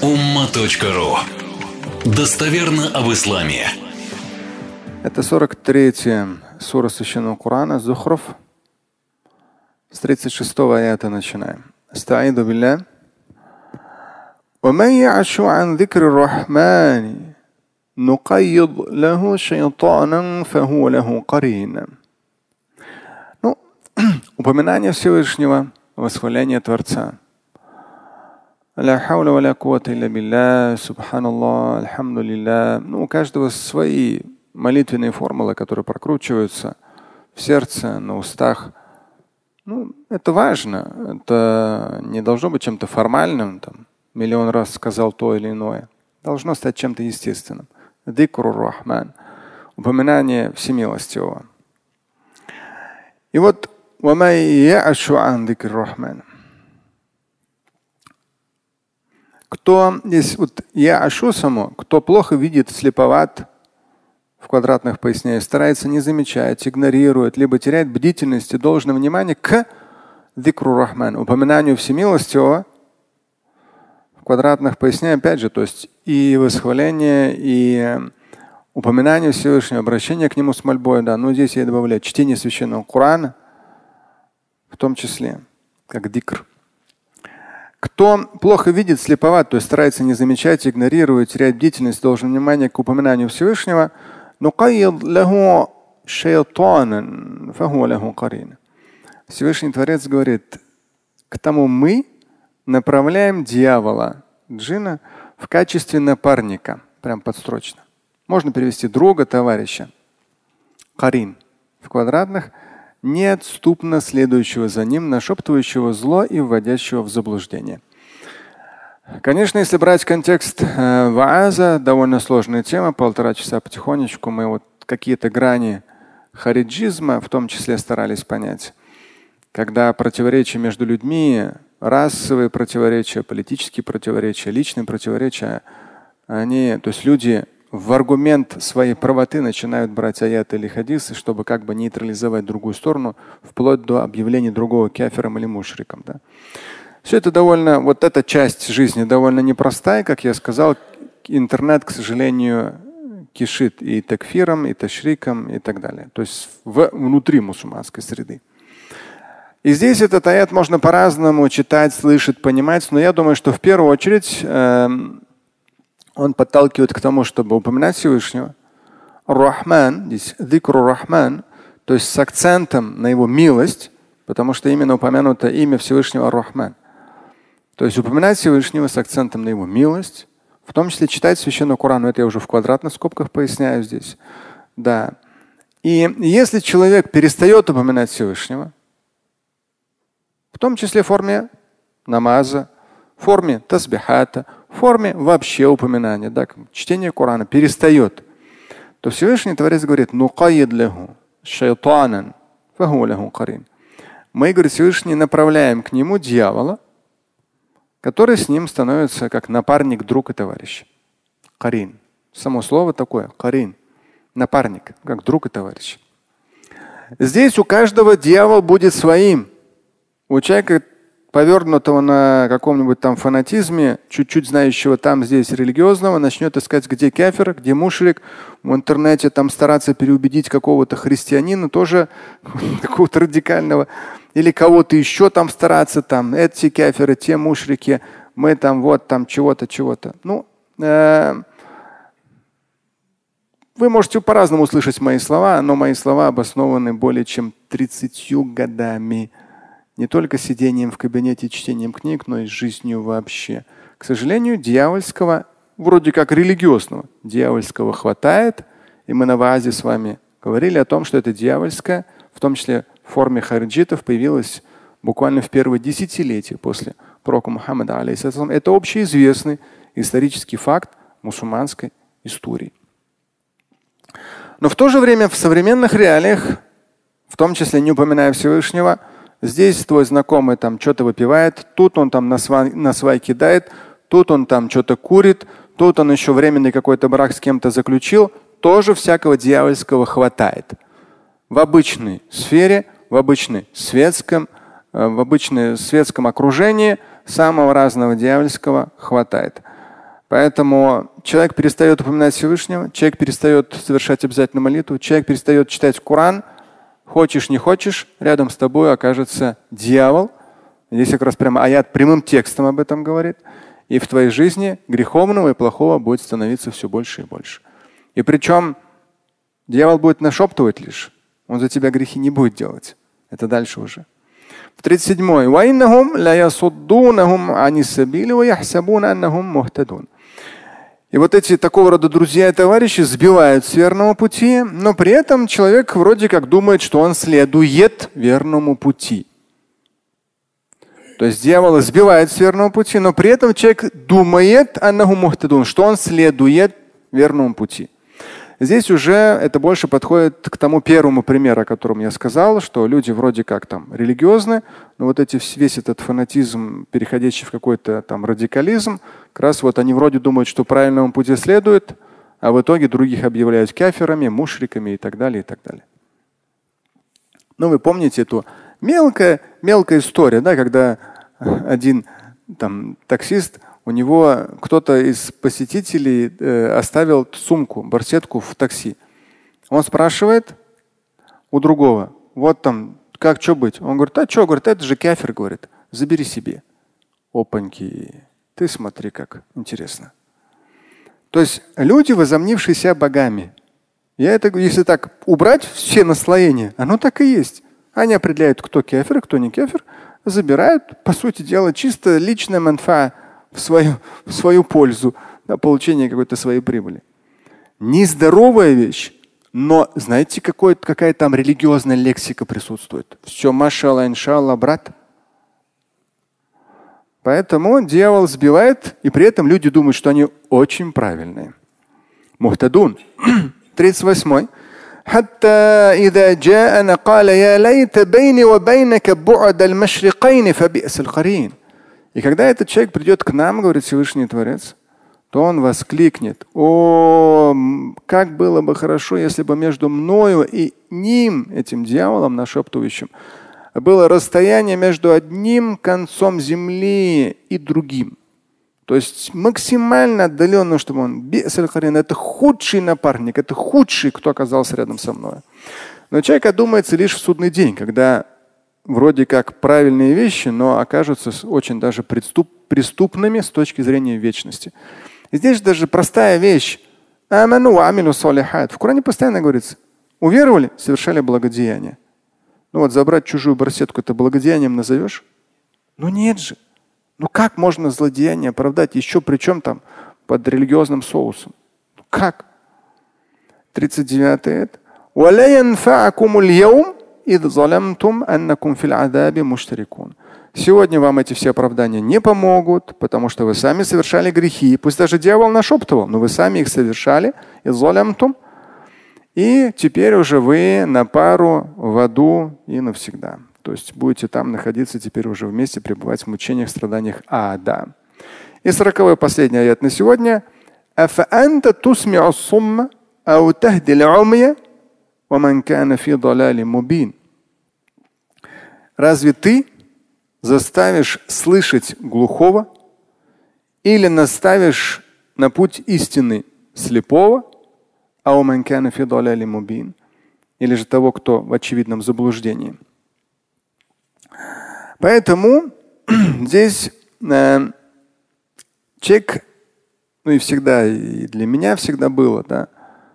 umma.ru. Достоверно об исламе. Это 43-я сура Священного Корана, Зухруф. С 36-го аята начинаем. Астаиду билля. ومن يعش عن ذكر الرحمن نقيض له شيطانا فهو له قرين. Упоминание Всевышнего, восхваление Творца. Ля хауля ва ля куввата илля билля, субханаллах, альхамдулилля. У каждого свои молитвенные формулы, которые прокручиваются в сердце, на устах. Это важно. Это не должно быть чем-то формальным. Миллион раз сказал то или иное. Должно стать чем-то естественным. Дикрур Рахман. Упоминание Всемилостивого. И вот кто здесь кто плохо видит, слеповат, в квадратных пояснениях, старается не замечать, игнорирует, либо теряет бдительность и должное внимание к дикру Рахман, упоминанию Всемилостивого, в квадратных пояснениях, опять же, то есть и восхваление, и упоминание Всевышнего, обращение к нему с мольбой, да. Но здесь я добавляю чтение Священного Корана, в том числе, как дикр. Кто плохо видит, слеповат, то есть старается не замечать, игнорировать, терять бдительность, должен внимание к упоминанию Всевышнего, Всевышний Творец говорит, к тому мы направляем дьявола, джина, в качестве напарника, прям подстрочно. Можно перевести друга, товарища. Карин в квадратных, неотступно следующего за ним, нашептывающего зло и вводящего в заблуждение. Конечно, если брать контекст вааза, довольно сложная тема, 1,5 часа потихонечку мы вот какие-то грани хариджизма в том числе старались понять. Когда противоречия между людьми, расовые противоречия, политические противоречия, личные противоречия, то есть люди в аргумент своей правоты начинают брать аяты или хадисы, чтобы как бы нейтрализовать другую сторону, вплоть до объявления другого кафиром или мушриком. Да. Все это довольно, вот эта часть жизни довольно непростая, как я сказал. Интернет, к сожалению, кишит и такфиром, и ташриком, и так далее. То есть внутри мусульманской среды. И здесь этот аят можно по-разному читать, слышать, понимать, но я думаю, что в первую очередь он подталкивает к тому, чтобы упоминать Всевышнего. Рахман, здесь дикру Рахман, то есть с акцентом на его милость, потому что именно упомянуто имя Всевышнего Рахман. То есть упоминать Всевышнего с акцентом на его милость, в том числе читать Священный Коран, это я уже в квадратных скобках поясняю здесь. Да. И если человек перестает упоминать Всевышнего, в том числе в форме намаза, в форме тасбихата, в форме вообще упоминания, да, чтение Корана перестает, то Всевышний Творец говорит, мы, говорит, Всевышний направляем к нему дьявола, который с ним становится как напарник, друг и товарищ. Карин. Само слово такое, карин. Напарник, как друг и товарищ. Здесь у каждого дьявол будет своим. У человека, повернутого на каком-нибудь там фанатизме, чуть-чуть знающего там здесь религиозного, начнет искать, где кафир, где мушрик, в интернете там стараться переубедить какого-то христианина, тоже какого-то радикального, или кого-то еще там стараться, там эти кафиры, те мушрики, мы там вот там чего-то. Вы можете по-разному услышать мои слова, но мои слова обоснованы более чем 30 годами. Не только сидением в кабинете, чтением книг, но и жизнью вообще. К сожалению, дьявольского, вроде как религиозного, дьявольского хватает. И мы на ваазе с вами говорили о том, что это дьявольское, в том числе в форме хариджитов, появилось буквально в первые десятилетия после пророка Мухаммада. Это общеизвестный исторический факт мусульманской истории. Но в то же время в современных реалиях, в том числе не упоминая Всевышнего, здесь твой знакомый там что-то выпивает, тут он там на свай кидает, тут он там что-то курит, тут он еще временный какой-то брак с кем-то заключил. Тоже всякого дьявольского хватает. В обычной сфере, в обычном светском окружении самого разного дьявольского хватает. Поэтому человек перестает упоминать Всевышнего, человек перестает совершать обязательную молитву, человек перестает читать Коран. Хочешь, не хочешь, рядом с тобой окажется дьявол. Здесь как раз прямо аят прямым текстом об этом говорит. И в твоей жизни греховного и плохого будет становиться все больше и больше. И причем дьявол будет нашептывать лишь. Он за тебя грехи не будет делать. Это дальше уже. В 37-й. И вот эти такого рода друзья и товарищи сбивают с верного пути, но при этом человек вроде как думает, что он следует верному пути. То есть дьявол сбивает с верного пути, но при этом человек думает, что он следует верному пути. Здесь уже это больше подходит к тому первому примеру, о котором я сказал, что люди вроде как там религиозны, но вот весь этот фанатизм, переходящий в какой-то там радикализм, как раз вот они вроде думают, что правильному пути следует, а в итоге других объявляют кафирами, мушриками и так далее, и так далее. Ну, вы помните эту мелкая история, да, когда один там таксист, у него кто-то из посетителей оставил сумку, барсетку в такси. Он спрашивает у другого, вот там, как, что быть? Он говорит, а что, говорит, это же кафир, говорит, забери себе. Опаньки, ты смотри, как интересно. То есть люди, возомнившие себя богами. Если так убрать все наслоения, оно так и есть. Они определяют, кто кафир, кто не кафир, забирают, по сути дела, чисто личная манфа в свою пользу, на получение какой-то своей прибыли. Нездоровая вещь, но знаете, какая там религиозная лексика присутствует? Все, машалла, иншалла, брат. Поэтому дьявол сбивает, и при этом люди думают, что они очень правильные. Мухтадун. 38. حتى إذا جاءنا قال يا ليت بيني وبينك بعد المشرقين فبئس القرين. И когда этот человек придет к нам, говорит Всевышний Творец, то он воскликнет: о, как было бы хорошо, если бы между мною и ним, этим дьяволом нашептывающим, было расстояние между одним концом земли и другим. То есть максимально отдаленно, чтобы он… Это худший напарник, это худший, кто оказался рядом со мной. Но человек одумается лишь в судный день, когда вроде как правильные вещи, но окажутся очень даже преступными с точки зрения вечности. И здесь даже простая вещь. В Коране постоянно говорится: уверовали, совершали благодеяние. Ну вот забрать чужую барсетку — это благодеянием назовешь? Ну нет же. Ну как можно злодеяние оправдать, еще причем там под религиозным соусом? Как? 39-й. Сегодня вам эти все оправдания не помогут, потому что вы сами совершали грехи. Пусть даже дьявол нашептывал, но вы сами их совершали. И теперь уже вы на пару в аду и навсегда. То есть будете там находиться теперь уже вместе, пребывать в мучениях, страданиях ада. И 40-й последний аят на сегодня. Разве ты заставишь слышать глухого или наставишь на путь истины слепого, или же того, кто в очевидном заблуждении? Поэтому здесь человек, ну и всегда, и для меня всегда было, да,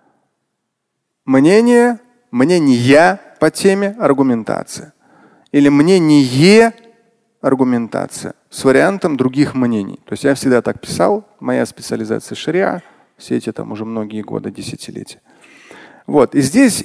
мнение по теме аргументация. Или мнение аргументация с вариантом других мнений. То есть я всегда так писал, моя специализация шариа, все эти там уже многие годы, десятилетия. Вот. И здесь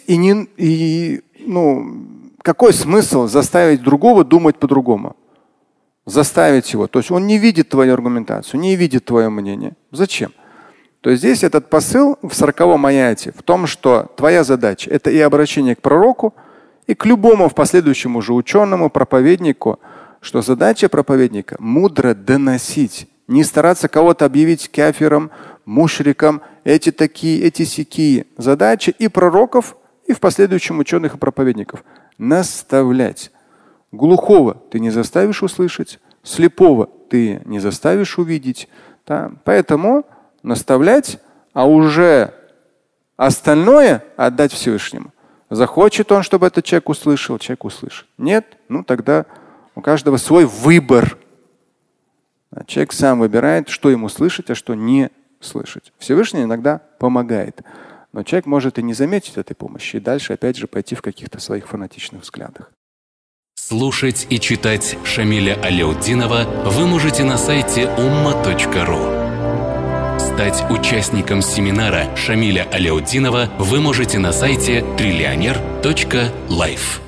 какой смысл заставить другого думать по-другому? Заставить его. То есть он не видит твою аргументацию, не видит твое мнение. Зачем? То есть здесь этот посыл в 40-м аяте в том, что твоя задача — это и обращение к пророку, и к любому в последующем уже ученому, проповеднику, что задача проповедника — мудро доносить, не стараться кого-то объявить кафиром, мушриком, эти такие, эти сякие. Задача и пророков, и в последующем ученых и проповедников — наставлять. Глухого ты не заставишь услышать, слепого ты не заставишь увидеть. Да? Поэтому наставлять, а уже остальное отдать Всевышнему. Захочет он, чтобы этот человек услышал, человек услышит. Нет, тогда у каждого свой выбор. Человек сам выбирает, что ему слышать, а что не слышать. Всевышний иногда помогает. Но человек может и не заметить этой помощи, и дальше опять же пойти в каких-то своих фанатичных взглядах. Слушать и читать Шамиля Аляутдинова вы можете на сайте umma.ru. Стать участником семинара Шамиля Аляутдинова вы можете на сайте trillioner.life.